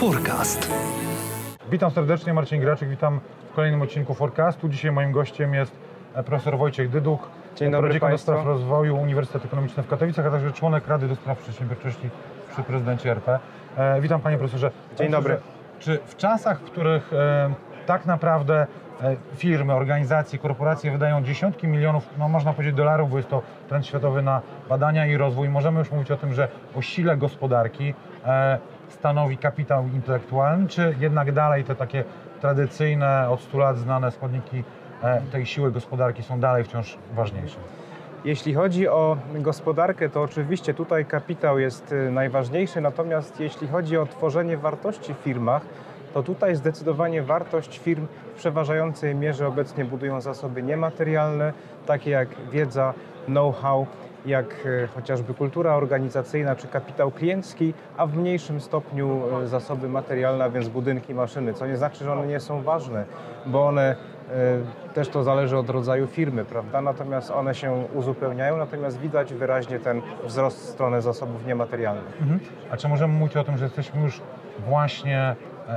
Forecast. Witam serdecznie, Marcin Graczyk, witam w kolejnym odcinku Forecastu. Dzisiaj moim gościem jest profesor Wojciech Dyduk, Dzień dobry prodziekan do Państwu. spraw rozwoju Uniwersytet Ekonomiczny w Katowicach, a także członek Rady do Spraw Przedsiębiorczości przy prezydencie RP. Witam panie profesorze. Dzień dobry. Czy w czasach, w których tak naprawdę firmy, organizacje, korporacje wydają dziesiątki milionów, no można powiedzieć dolarów, bo jest to trend światowy na badania i rozwój, możemy już mówić o tym, że o sile gospodarki stanowi kapitał intelektualny, czy jednak dalej te takie tradycyjne, od 100 lat znane składniki tej siły gospodarki są dalej wciąż ważniejsze? Jeśli chodzi o gospodarkę, to oczywiście tutaj kapitał jest najważniejszy, natomiast jeśli chodzi o tworzenie wartości w firmach, to tutaj zdecydowanie wartość firm w przeważającej mierze obecnie budują zasoby niematerialne, takie jak wiedza, know-how, jak chociażby kultura organizacyjna czy kapitał kliencki, a w mniejszym stopniu zasoby materialne, a więc budynki, maszyny, co nie znaczy, że one nie są ważne, bo one też to zależy od rodzaju firmy, prawda? Natomiast one się uzupełniają, natomiast widać wyraźnie ten wzrost w stronę zasobów niematerialnych. A czy możemy mówić o tym, że jesteśmy już właśnie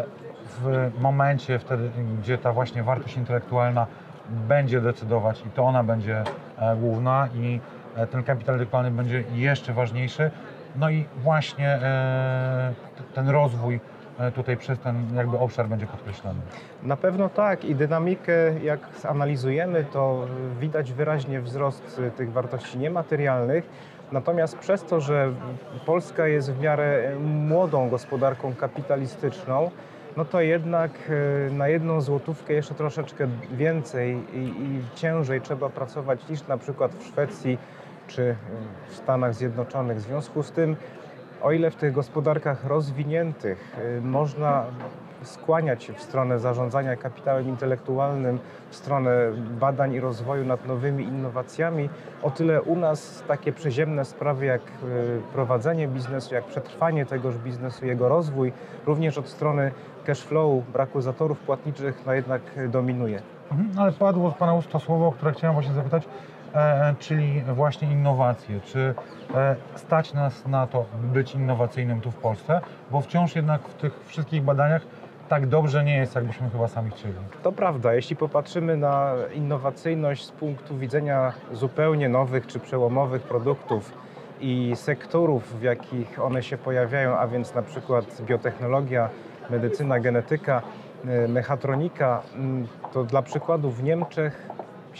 w momencie wtedy, gdzie ta właśnie wartość intelektualna będzie decydować i to ona będzie główna i ten kapitał intelektualny będzie jeszcze ważniejszy, no i właśnie ten rozwój tutaj przez ten jakby obszar będzie podkreślony. Na pewno tak i dynamikę jak analizujemy, to widać wyraźnie wzrost tych wartości niematerialnych. Natomiast przez to, że Polska jest w miarę młodą gospodarką kapitalistyczną, no to jednak na jedną złotówkę jeszcze troszeczkę więcej i ciężej trzeba pracować niż na przykład w Szwecji czy w Stanach Zjednoczonych. W związku z tym, o ile w tych gospodarkach rozwiniętych można skłaniać się w stronę zarządzania kapitałem intelektualnym, w stronę badań i rozwoju nad nowymi innowacjami, o tyle u nas takie przyziemne sprawy jak prowadzenie biznesu, jak przetrwanie tegoż biznesu, jego rozwój, również od strony cash flow, braku zatorów płatniczych, no jednak dominuje. Ale padło z pana ust to słowo, o które chciałem właśnie zapytać, czyli właśnie innowacje. Czy stać nas na to, by być innowacyjnym tu w Polsce? Bo wciąż jednak w tych wszystkich badaniach tak dobrze nie jest, jakbyśmy chyba sami chcieli. To prawda. Jeśli popatrzymy na innowacyjność z punktu widzenia zupełnie nowych czy przełomowych produktów i sektorów, w jakich one się pojawiają, a więc na przykład biotechnologia, medycyna, genetyka, mechatronika, to dla przykładu w Niemczech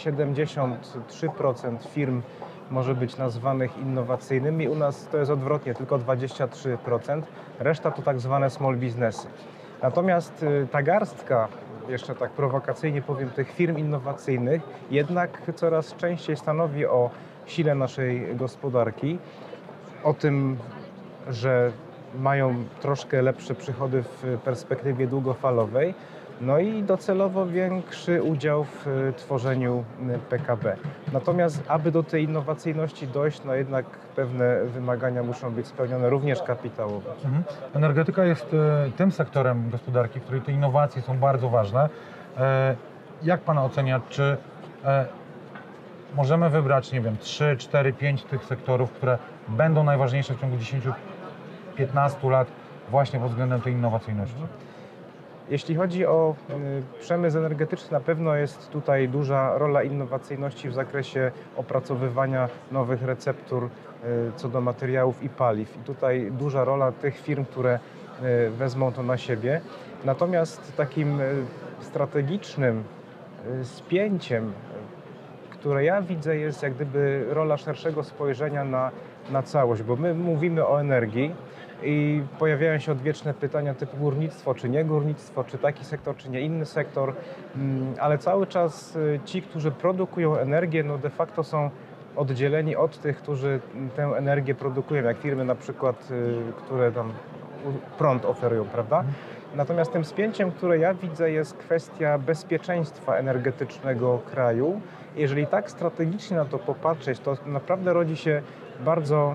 73% firm może być nazwanych innowacyjnymi. U nas to jest odwrotnie, tylko 23%. Reszta to tak zwane small businessy. Natomiast ta garstka, jeszcze tak prowokacyjnie powiem, tych firm innowacyjnych jednak coraz częściej stanowi o sile naszej gospodarki, o tym, że mają troszkę lepsze przychody w perspektywie długofalowej, no i docelowo większy udział w tworzeniu PKB. Natomiast aby do tej innowacyjności dojść, no jednak pewne wymagania muszą być spełnione, również kapitałowe. Energetyka jest tym sektorem gospodarki, w której te innowacje są bardzo ważne. Jak pan ocenia, czy możemy wybrać, nie wiem, 3, 4, 5 tych sektorów, które będą najważniejsze w ciągu 10-15 lat właśnie pod względem tej innowacyjności? Jeśli chodzi o przemysł energetyczny, na pewno jest tutaj duża rola innowacyjności w zakresie opracowywania nowych receptur co do materiałów i paliw. I tutaj duża rola tych firm, które wezmą to na siebie. Natomiast takim strategicznym spięciem, które ja widzę, jest jak gdyby rola szerszego spojrzenia na całość, bo my mówimy o energii, i pojawiają się odwieczne pytania typu górnictwo, czy nie górnictwo, czy taki sektor, czy nie inny sektor, ale cały czas ci, którzy produkują energię, no de facto są oddzieleni od tych, którzy tę energię produkują, jak firmy na przykład, które tam prąd oferują, prawda? Natomiast tym spięciem, które ja widzę, jest kwestia bezpieczeństwa energetycznego kraju. Jeżeli tak strategicznie na to popatrzeć, to naprawdę rodzi się bardzo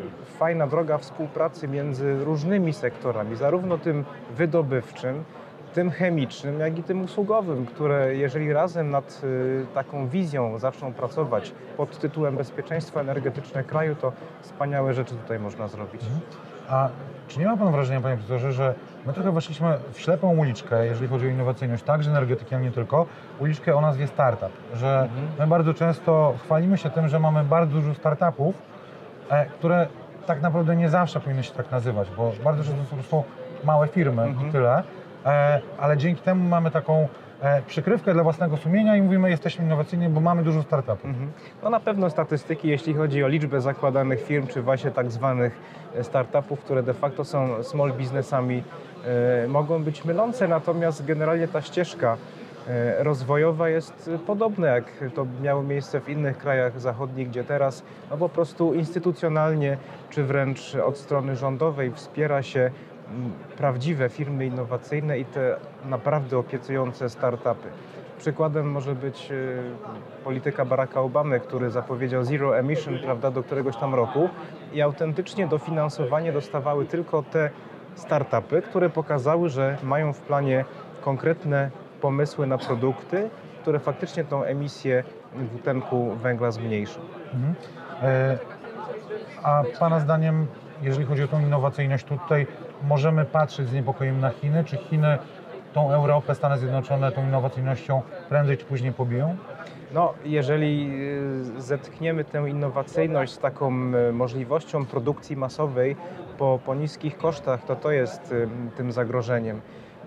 fajna droga współpracy między różnymi sektorami, zarówno tym wydobywczym, tym chemicznym, jak i tym usługowym, które jeżeli razem nad taką wizją zaczną pracować pod tytułem bezpieczeństwo energetyczne kraju, to wspaniałe rzeczy tutaj można zrobić. A czy nie ma Pan wrażenia, Panie Profesorze, że my trochę weszliśmy w ślepą uliczkę, jeżeli chodzi o innowacyjność, także energetyki, ale nie tylko, uliczkę o nazwie startup, że my bardzo często chwalimy się tym, że mamy bardzo dużo startupów, które tak naprawdę nie zawsze powinny się tak nazywać, bo bardzo często są po prostu małe firmy i tyle, ale dzięki temu mamy taką przykrywkę dla własnego sumienia i mówimy, jesteśmy innowacyjni, bo mamy dużo startupów. No na pewno statystyki, jeśli chodzi o liczbę zakładanych firm, czy właśnie tak zwanych startupów, które de facto są small businessami, mogą być mylące, natomiast generalnie ta ścieżka rozwojowa jest podobna, jak to miało miejsce w innych krajach zachodnich, gdzie teraz no po prostu instytucjonalnie, czy wręcz od strony rządowej wspiera się prawdziwe firmy innowacyjne i te naprawdę obiecujące startupy. Przykładem może być polityka Baracka Obamy, który zapowiedział zero emission, prawda, do któregoś tam roku i autentycznie dofinansowanie dostawały tylko te startupy, które pokazały, że mają w planie konkretne pomysły na produkty, które faktycznie tą emisję dwutlenku węgla zmniejszą. A Pana zdaniem, jeżeli chodzi o tą innowacyjność, tutaj możemy patrzeć z niepokojem na Chiny? Czy Chiny tą Europę, Stany Zjednoczone tą innowacyjnością prędzej czy później pobiją? No, jeżeli zetkniemy tę innowacyjność z taką możliwością produkcji masowej po niskich kosztach, to jest tym zagrożeniem.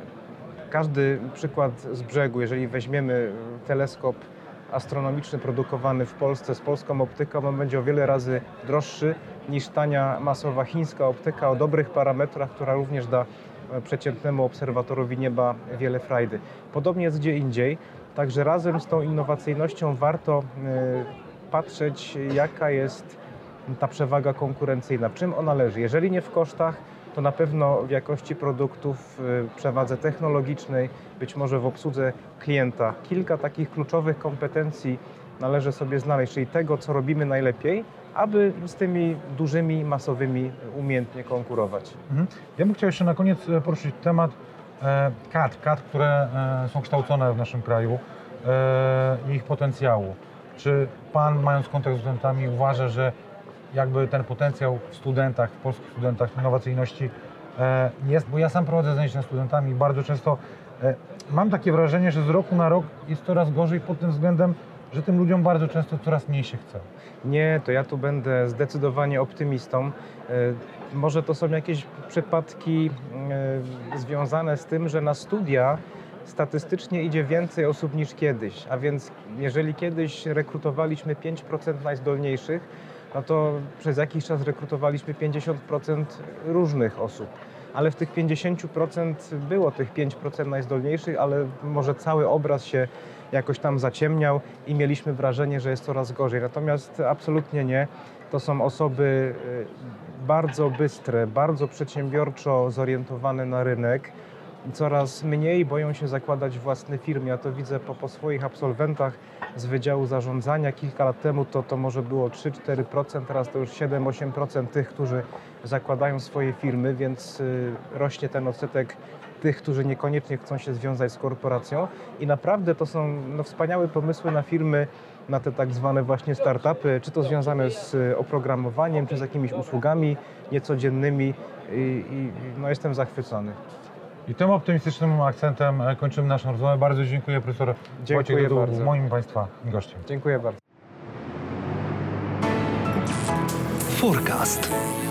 Każdy przykład z brzegu, jeżeli weźmiemy teleskop astronomiczny produkowany w Polsce z polską optyką, on będzie o wiele razy droższy niż tania, masowa chińska optyka o dobrych parametrach, która również da przeciętnemu obserwatorowi nieba wiele frajdy. Podobnie jest gdzie indziej, także razem z tą innowacyjnością warto patrzeć, jaka jest ta przewaga konkurencyjna, w czym ona leży. Jeżeli nie w kosztach, to na pewno w jakości produktów, w przewadze technologicznej, być może w obsłudze klienta. Kilka takich kluczowych kompetencji należy sobie znaleźć, czyli tego, co robimy najlepiej, aby z tymi dużymi, masowymi umiejętnie konkurować. Ja bym chciał jeszcze na koniec poruszyć temat KAT, które są kształcone w naszym kraju i ich potencjału. Czy Pan, mając kontakt z studentami, uważa, że jakby ten potencjał w studentach, w polskich studentach innowacyjności jest, bo ja sam prowadzę zajęcia z studentami i bardzo często mam takie wrażenie, że z roku na rok jest coraz gorzej pod tym względem, że tym ludziom bardzo często coraz mniej się chce. Nie, to ja tu będę zdecydowanie optymistą. Może to są jakieś przypadki związane z tym, że na studia statystycznie idzie więcej osób niż kiedyś, a więc jeżeli kiedyś rekrutowaliśmy 5% najzdolniejszych, no to przez jakiś czas rekrutowaliśmy 50% różnych osób. Ale w tych 50% było tych 5% najzdolniejszych, ale może cały obraz się jakoś tam zaciemniał i mieliśmy wrażenie, że jest coraz gorzej. Natomiast absolutnie nie. To są osoby bardzo bystre, bardzo przedsiębiorczo zorientowane na rynek. Coraz mniej boją się zakładać własne firmy. Ja to widzę po swoich absolwentach z Wydziału Zarządzania. Kilka lat temu to może było 3-4%, teraz to już 7-8% tych, którzy zakładają swoje firmy, więc rośnie ten odsetek tych, którzy niekoniecznie chcą się związać z korporacją. I naprawdę to są wspaniałe pomysły na firmy, na te tak zwane właśnie startupy, czy to związane z oprogramowaniem, czy z jakimiś usługami niecodziennymi i jestem zachwycony. I tym optymistycznym akcentem kończymy naszą rozmowę. Bardzo dziękuję, profesor Wojciech Dyduch, był moim Państwa gościem. Dziękuję bardzo. Forecast.